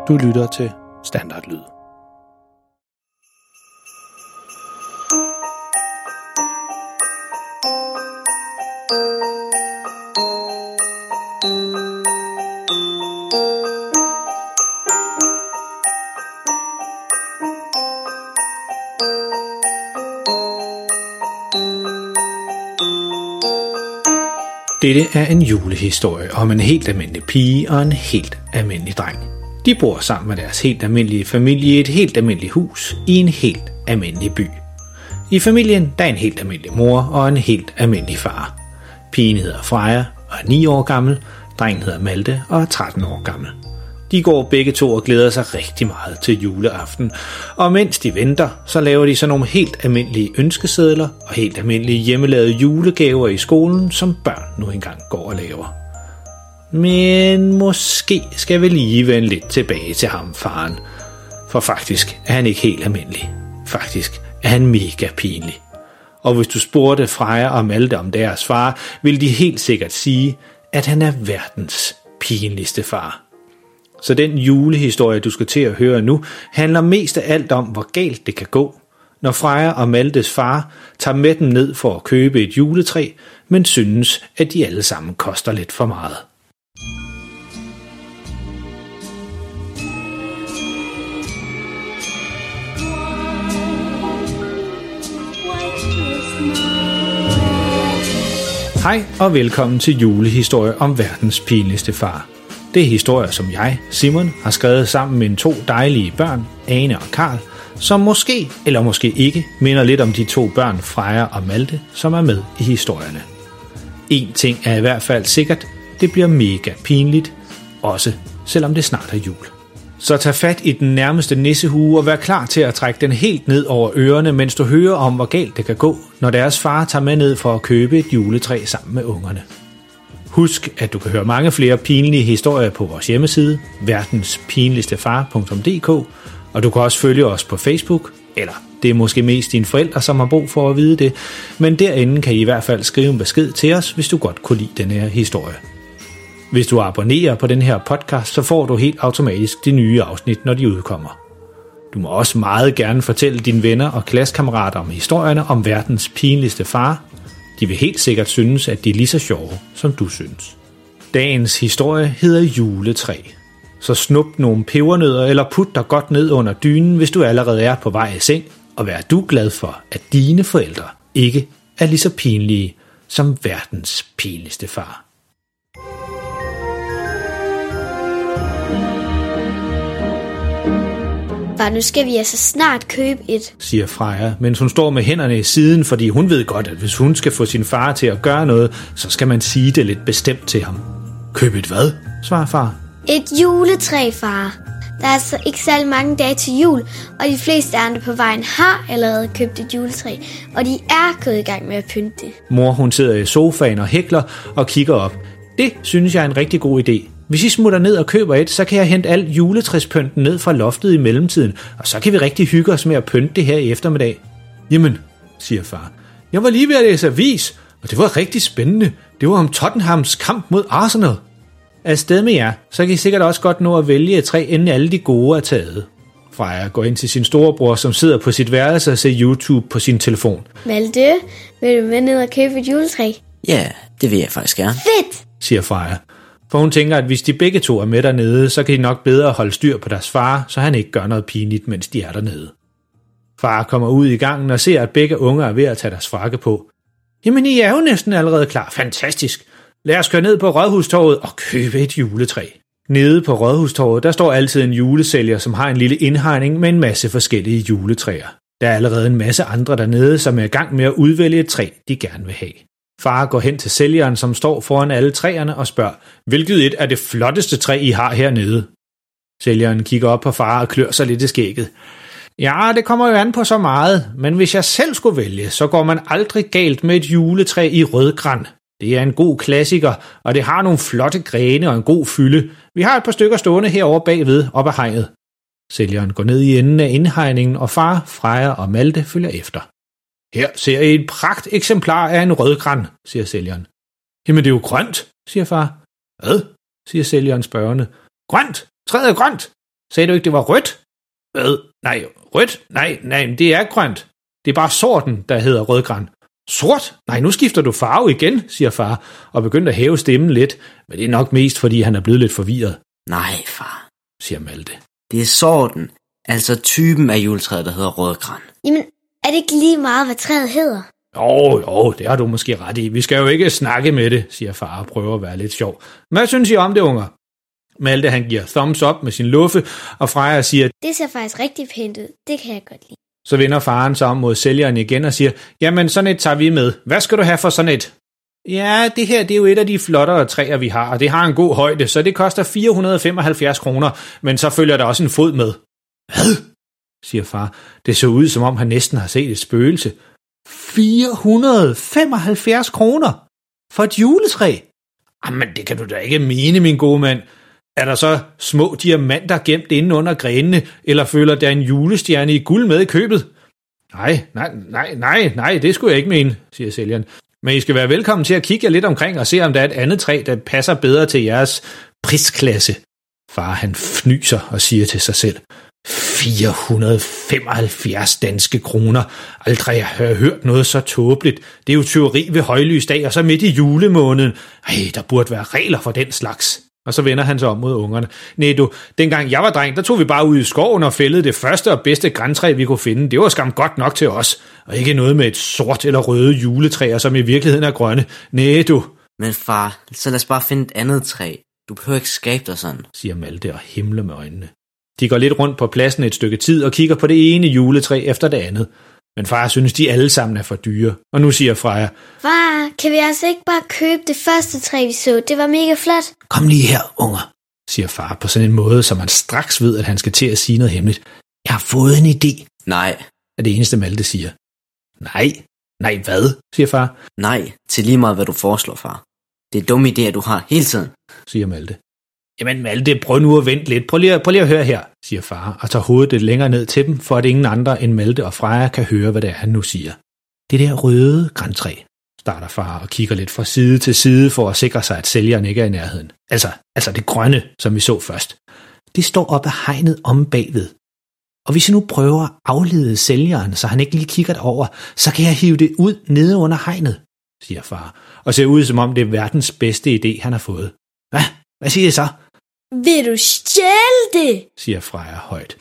Du lytter til Standardlyd. Dette er en julehistorie om en helt almindelig pige og en helt almindelig dreng. De bor sammen med deres helt almindelige familie i et helt almindeligt hus i en helt almindelig by. I familien der er en helt almindelig mor og en helt almindelig far. Pigen hedder Freja og er 9 år gammel, drengen hedder Malte og er 13 år gammel. De går begge to og glæder sig rigtig meget til juleaften, og mens de venter, så laver de så nogle helt almindelige ønskesedler og helt almindelige hjemmelavede julegaver i skolen, som børn nu engang går og laver. Men måske skal vi lige vende lidt tilbage til ham, faren. For faktisk er han ikke helt almindelig. Faktisk er han mega pinlig. Og hvis du spurgte Freja og Malte om deres far, ville de helt sikkert sige, at han er verdens pinligste far. Så den julehistorie, du skal til at høre nu, handler mest af alt om, hvor galt det kan gå, når Freja og Maltes far tager med dem ned for at købe et juletræ, men synes, at de alle sammen koster lidt for meget. Hej og velkommen til julehistorie om verdens pinligste far. Det er historier, som jeg, Simon, har skrevet sammen med 2 dejlige børn, Ane og Karl, som måske eller måske ikke minder lidt om de 2 børn, Freja og Malte, som er med i historierne. En ting er i hvert fald sikkert, det bliver mega pinligt, også selvom det snart er jul. Så tag fat i den nærmeste nissehue og vær klar til at trække den helt ned over ørerne, mens du hører om, hvor galt det kan gå, når deres far tager med ned for at købe et juletræ sammen med ungerne. Husk, at du kan høre mange flere pinlige historier på vores hjemmeside, verdenspinligstefar.dk, og du kan også følge os på Facebook, eller det er måske mest dine forældre, som har brug for at vide det, men derinde kan I i hvert fald skrive en besked til os, hvis du godt kunne lide den her historie. Hvis du abonnerer på den her podcast, så får du helt automatisk de nye afsnit, når de udkommer. Du må også meget gerne fortælle dine venner og klassekammerater om historierne om verdens pinligste far. De vil helt sikkert synes, at de er lige så sjove, som du synes. Dagens historie hedder Juletræ. Så snup nogle pebernødder eller put dig godt ned under dynen, hvis du allerede er på vej i seng, og vær du glad for, at dine forældre ikke er lige så pinlige som verdens pinligste far. Far, nu skal vi altså snart købe et, siger Freja, mens hun står med hænderne i siden, fordi hun ved godt, at hvis hun skal få sin far til at gøre noget, så skal man sige det lidt bestemt til ham. Køb et hvad? Svarer far. Et juletræ, far. Der er altså ikke særlig mange dage til jul, og de fleste andre på vejen har allerede købt et juletræ, og de er gået i gang med at pynte det. Mor, hun sidder i sofaen og hækler og kigger op. Det synes jeg er en rigtig god idé. Hvis I smutter ned og køber et, så kan jeg hente alt juletræspynten ned fra loftet i mellemtiden, og så kan vi rigtig hygge os med at pynte det her i eftermiddag. Jamen, siger far, jeg var lige ved at læse avis, og det var rigtig spændende. Det var om Tottenhams kamp mod Arsenal. Afsted med jer, så kan I sikkert også godt nå at vælge et træ, inden alle de gode er taget. Freja går ind til sin storebror, som sidder på sit værelse og ser YouTube på sin telefon. Malte, vil du med ned og købe et juletræ? Ja, det vil jeg faktisk gerne. Fedt, siger Freja. For hun tænker, at hvis de begge 2 er med dernede, så kan de nok bedre holde styr på deres far, så han ikke gør noget pinligt, mens de er dernede. Far kommer ud i gangen og ser, at begge unger er ved at tage deres frakke på. Jamen, I er jo næsten allerede klar. Fantastisk. Lad os køre ned på Rådhustorvet og købe et juletræ. Nede på Rådhustorvet, der står altid en julesælger, som har en lille indhegning med en masse forskellige juletræer. Der er allerede en masse andre dernede, som er i gang med at udvælge et træ, de gerne vil have. Far går hen til sælgeren, som står foran alle træerne og spørger, hvilket et er det flotteste træ, I har hernede? Sælgeren kigger op på far og klør sig lidt i skægget. Ja, det kommer jo an på så meget, men hvis jeg selv skulle vælge, så går man aldrig galt med et juletræ i rødgran. Det er en god klassiker, og det har nogle flotte grene og en god fylde. Vi har et par stykker stående herovre bagved, op ad hegnet. Sælgeren går ned i enden af indhegningen, og far, Freja og Malte følger efter. Her ser I et pragt eksemplar af en rødgran, siger sælgeren. Jamen det er jo grønt, siger far. Hvad? Siger sælgeren spørgende. Grønt! Træet er grønt! Sagde du ikke, det var rødt? Hvad? Nej, rødt? Nej, men det er grønt. Det er bare sorten, der hedder rødgran. Sort? Nej, nu skifter du farve igen, siger far, og begyndte at hæve stemmen lidt, men det er nok mest, fordi han er blevet lidt forvirret. Nej, far. Siger Malte. Det er sorten, altså typen af juletræet, der hedder rødgran. Jamen, er det ikke lige meget, hvad træet hedder? Jo, det har du måske ret i. Vi skal jo ikke snakke med det, siger far og prøver at være lidt sjov. Hvad synes I om det, unger? Malte, han giver thumbs up med sin luffe, og Freja siger, Det ser faktisk rigtig pænt ud. Det kan jeg godt lide. Så vender faren sig om mod sælgeren igen og siger, jamen sådan et tager vi med. Hvad skal du have for sådan et? Ja, det her det er jo et af de flottere træer, vi har, og det har en god højde, så det koster 475 kroner, men så følger der også en fod med. Hvad? Siger far. Det så ud, som om han næsten har set et spøgelse. 475 kroner for et juletræ? Jamen, det kan du da ikke mene, min gode mand. Er der så små diamanter gemt inde under grenene, eller følger der en julestjerne i guld med i købet? Nej, det skulle jeg ikke mene, siger sælgeren. Men I skal være velkommen til at kigge jer lidt omkring og se, om der er et andet træ, der passer bedre til jeres prisklasse. Far, han fnyser og siger til sig selv, 475 danske kroner. Aldrig har jeg hørt noget så tåbeligt. Det er jo tyveri ved højlysdag, og så midt i julemåneden. Der burde være regler for den slags. Og så vender han sig om mod ungerne. Nej du, dengang jeg var dreng, der tog vi bare ud i skoven og fældede det første og bedste grantræ, vi kunne finde. Det var skam godt nok til os. Og ikke noget med et sort eller røde juletræer, som i virkeligheden er grønne. Nej du. Men far, så lad os bare finde et andet træ. Du behøver ikke skabe dig sådan, siger Malte og himler med øjnene. De går lidt rundt på pladsen et stykke tid og kigger på det ene juletræ efter det andet. Men far synes, de alle sammen er for dyre. Og nu siger Freja, Far, kan vi altså ikke bare købe det første træ, vi så? Det var mega flot. Kom lige her, unger, siger far på sådan en måde, så man straks ved, at han skal til at sige noget hemmeligt. Jeg har fået en idé. Nej. Er det eneste, Malte siger. Nej, hvad, siger far. Nej, til lige meget, hvad du foreslår, far. Det er dumme idéer, du har hele tiden, siger Malte. Jamen Malte, prøv nu at vente lidt. Prøv lige at høre her, siger far, og tager hovedet lidt længere ned til dem, for at ingen andre end Malte og Freja kan høre, hvad det er, han nu siger. Det der røde grantræ, starter far og kigger lidt fra side til side for at sikre sig, at sælgeren ikke er i nærheden. Altså det grønne, som vi så først. Det står op ad hegnet om bagved. Og hvis jeg nu prøver at aflede sælgeren, så han ikke lige kigger over, så kan jeg hive det ud nede under hegnet, siger far, og ser ud som om det er verdens bedste idé, han har fået. Hvad siger I så? Vil du stjæle det? Siger Freja højt.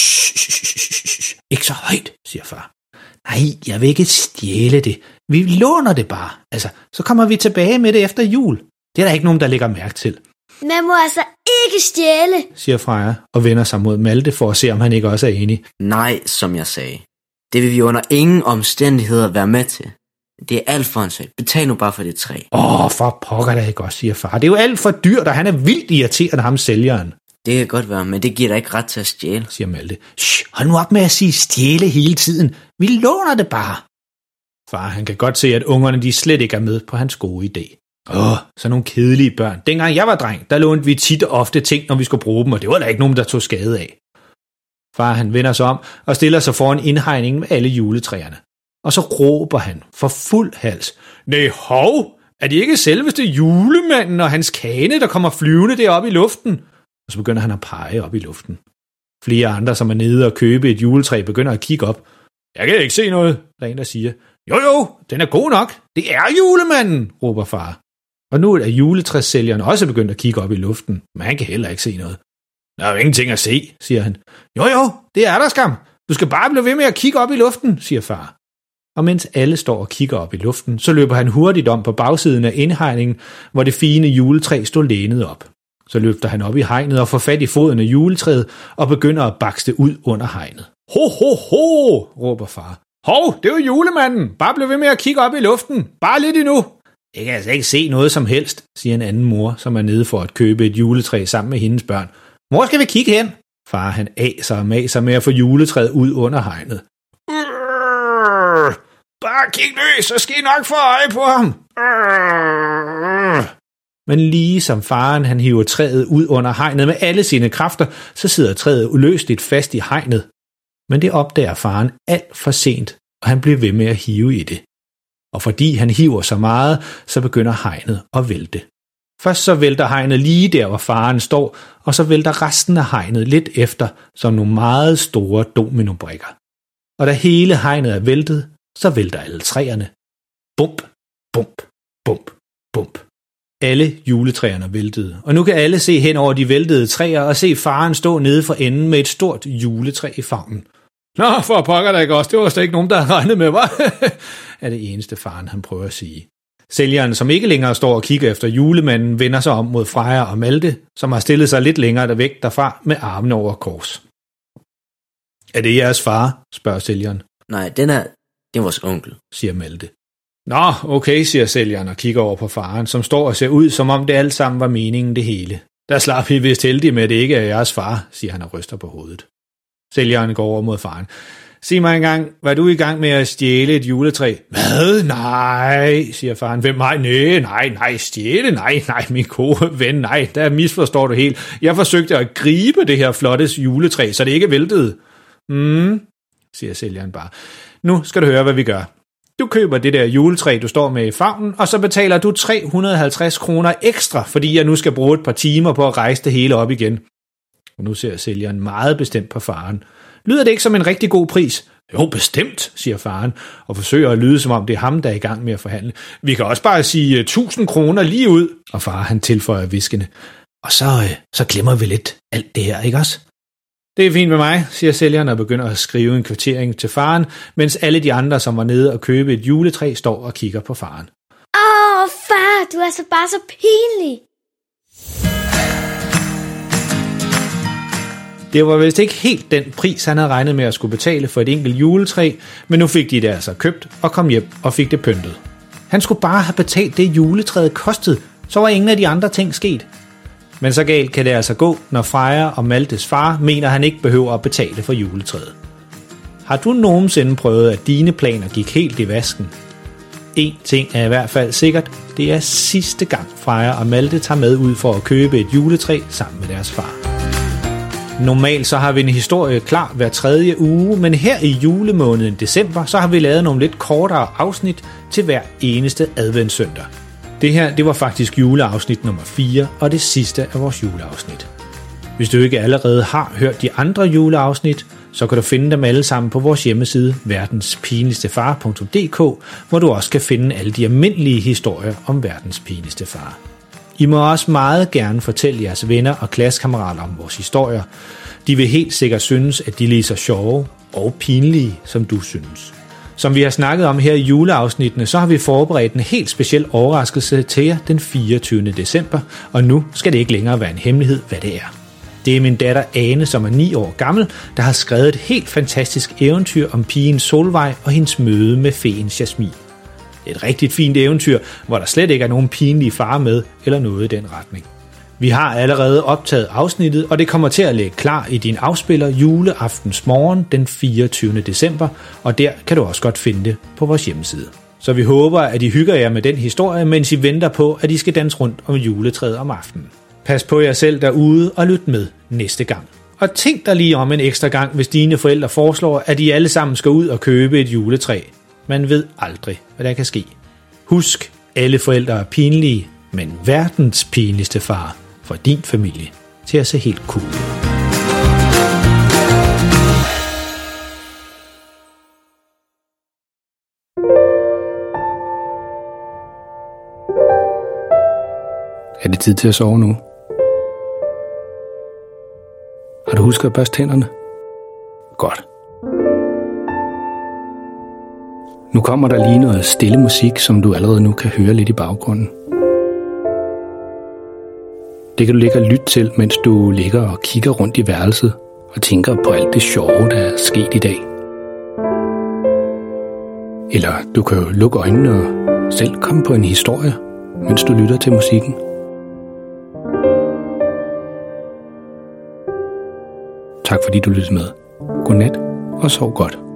Shh. Ikke så højt, siger far. Nej, jeg vil ikke stjæle det. Vi låner det bare. Altså, så kommer vi tilbage med det efter jul. Det er der ikke nogen, der lægger mærke til. Man må altså ikke stjæle, siger Freja og vender sig mod Malte for at se, om han ikke også er enig. Nej, som jeg sagde. Det vil vi under ingen omstændigheder være med til. Det er alt for en sag. Betal nu bare for det træ. For pokker da ikke også, siger far. Det er jo alt for dyrt, og han er vildt irriterende, ham sælgeren. Det kan godt være, men det giver dig ikke ret til at stjæle, siger Malte. Hold nu op med at sige stjæle hele tiden. Vi låner det bare. Far, han kan godt se, at ungerne de slet ikke er med på hans gode idé. Så nogle kedelige børn. Dengang jeg var dreng, der lånte vi tit og ofte ting, når vi skulle bruge dem, og det var der ikke nogen, der tog skade af. Far, han vender sig om og stiller sig foran indhegningen med alle juletræerne. Og så råber han for fuld hals. Nej, hov! Er det ikke selveste julemanden og hans kane, der kommer flyvende deroppe i luften? Og så begynder han at pege op i luften. Flere andre, som er nede og købe et juletræ, begynder at kigge op. Jeg kan ikke se noget, der er en, der siger. Jo, den er god nok. Det er julemanden, råber far. Og nu er juletræssælgeren også begyndt at kigge op i luften, men han kan heller ikke se noget. Der er jo ingenting at se, siger han. Jo, det er der skam. Du skal bare blive ved med at kigge op i luften, siger far. Og mens alle står og kigger op i luften, så løber han hurtigt om på bagsiden af indhegningen, hvor det fine juletræ stod lænet op. Så løfter han op i hegnet og får fat i foden af juletræet og begynder at bakse ud under hegnet. Ho, råber far. Hov, det er jo julemanden. Bare bliv ved med at kigge op i luften. Bare lidt endnu. Jeg kan altså ikke se noget som helst, siger en anden mor, som er nede for at købe et juletræ sammen med hendes børn. Hvor skal vi kigge hen? Far, han aser og maser med at få juletræet ud under hegnet. Bare kig løs, så skal I nok få øje på ham. Men lige som faren han hiver træet ud under hegnet med alle sine kræfter, så sidder træet uløseligt fast i hegnet. Men det opdager faren alt for sent, og han bliver ved med at hive i det. Og fordi han hiver så meget, så begynder hegnet at vælte. Først så vælter hegnet lige der, hvor faren står, og så vælter resten af hegnet lidt efter, som nogle meget store dominobrikker. Og da hele hegnet er væltet, så vælter alle træerne. Bump, bump, bump, bump. Alle juletræerne væltede, og nu kan alle se hen over de væltede træer og se faren stå nede for enden med et stort juletræ i favnen. Nå, for pokker da ikke også, det var slet ikke nogen, der havde regnet med, hva'? er det eneste faren, han prøver at sige. Sælgeren, som ikke længere står og kigger efter julemanden, vender sig om mod Freja og Malte, som har stillet sig lidt længere væk derfra med armene over kors. Er det jeres far? Spørger sælgeren. Nej, det er vores onkel, siger Malte. Nå, okay, siger sælgeren og kigger over på faren, som står og ser ud, som om det alt sammen var meningen det hele. Der slap I vist heldige med, at det ikke er jeres far, siger han og ryster på hovedet. Sælgeren går over mod faren. Sig mig engang, var du i gang med at stjæle et juletræ? Hvad? Nej, siger faren. Hvem? Nej, stjæle? Nej, min gode ven, nej, der misforstår du helt. Jeg forsøgte at gribe det her flotte juletræ, så det ikke væltede. Siger sælgeren bare. Nu skal du høre, hvad vi gør. Du køber det der juletræ, du står med i favnen, og så betaler du 350 kroner ekstra, fordi jeg nu skal bruge et par timer på at rejse det hele op igen. Og nu ser sælgeren meget bestemt på faren. Lyder det ikke som en rigtig god pris? Jo, bestemt, siger faren, og forsøger at lyde, som om det er ham, der er i gang med at forhandle. Vi kan også bare sige 1000 kroner lige ud, og far han tilføjer hviskende. Og så glemmer vi lidt alt det her, ikke også? Det er fint med mig, siger sælgeren og begynder at skrive en kvittering til faren, mens alle de andre, som var nede og købe et juletræ, står og kigger på faren. Far, du er så bare så pinlig. Det var vist ikke helt den pris, han havde regnet med at skulle betale for et enkelt juletræ, men nu fik de det altså købt og kom hjem og fik det pyntet. Han skulle bare have betalt det juletræet kostede, så var ingen af de andre ting sket. Men så galt kan det altså gå, når Freja og Maltes far mener, han ikke behøver at betale for juletræet. Har du nogensinde prøvet, at dine planer gik helt i vasken? En ting er i hvert fald sikkert, det er sidste gang Freja og Malte tager med ud for at købe et juletræ sammen med deres far. Normalt så har vi en historie klar hver 3. uge, men her i julemåneden december, så har vi lavet nogle lidt kortere afsnit til hver eneste adventssøndag. Det her, det var faktisk juleafsnit nummer 4, og det sidste af vores juleafsnit. Hvis du ikke allerede har hørt de andre juleafsnit, så kan du finde dem alle sammen på vores hjemmeside verdenspinligstefar.dk, hvor du også kan finde alle de almindelige historier om verdens pinligste far. I må også meget gerne fortælle jeres venner og klassekammerater om vores historier. De vil helt sikkert synes, at de er lige så sjove og pinlige, som du synes. Som vi har snakket om her i juleafsnittene, så har vi forberedt en helt speciel overraskelse til jer den 24. december, og nu skal det ikke længere være en hemmelighed, hvad det er. Det er min datter Ane, som er 9 år gammel, der har skrevet et helt fantastisk eventyr om pigen Solvej og hendes møde med feen Jasmin. Et rigtig fint eventyr, hvor der slet ikke er nogen pinlige far med, eller noget i den retning. Vi har allerede optaget afsnittet, og det kommer til at ligge klar i din afspiller juleaftens morgen den 24. december, og der kan du også godt finde det på vores hjemmeside. Så vi håber, at I hygger jer med den historie, mens I venter på, at I skal danse rundt om juletræet om aftenen. Pas på jer selv derude og lyt med næste gang. Og tænk dig lige om en ekstra gang, hvis dine forældre foreslår, at I alle sammen skal ud og købe et juletræ. Man ved aldrig, hvad der kan ske. Husk, alle forældre er pinlige, men verdens pinligste far får din familie til at se helt cool ud. Er det tid til at sove nu? Har du husket at børste tænderne? Godt. Nu kommer der lige noget stille musik, som du allerede nu kan høre lidt i baggrunden. Det kan du ligge og lytte til, mens du ligger og kigger rundt i værelset og tænker på alt det sjove, der er sket i dag. Eller du kan jo lukke øjnene og selv komme på en historie, mens du lytter til musikken. Tak fordi du lyttede med. Godnat og sov godt.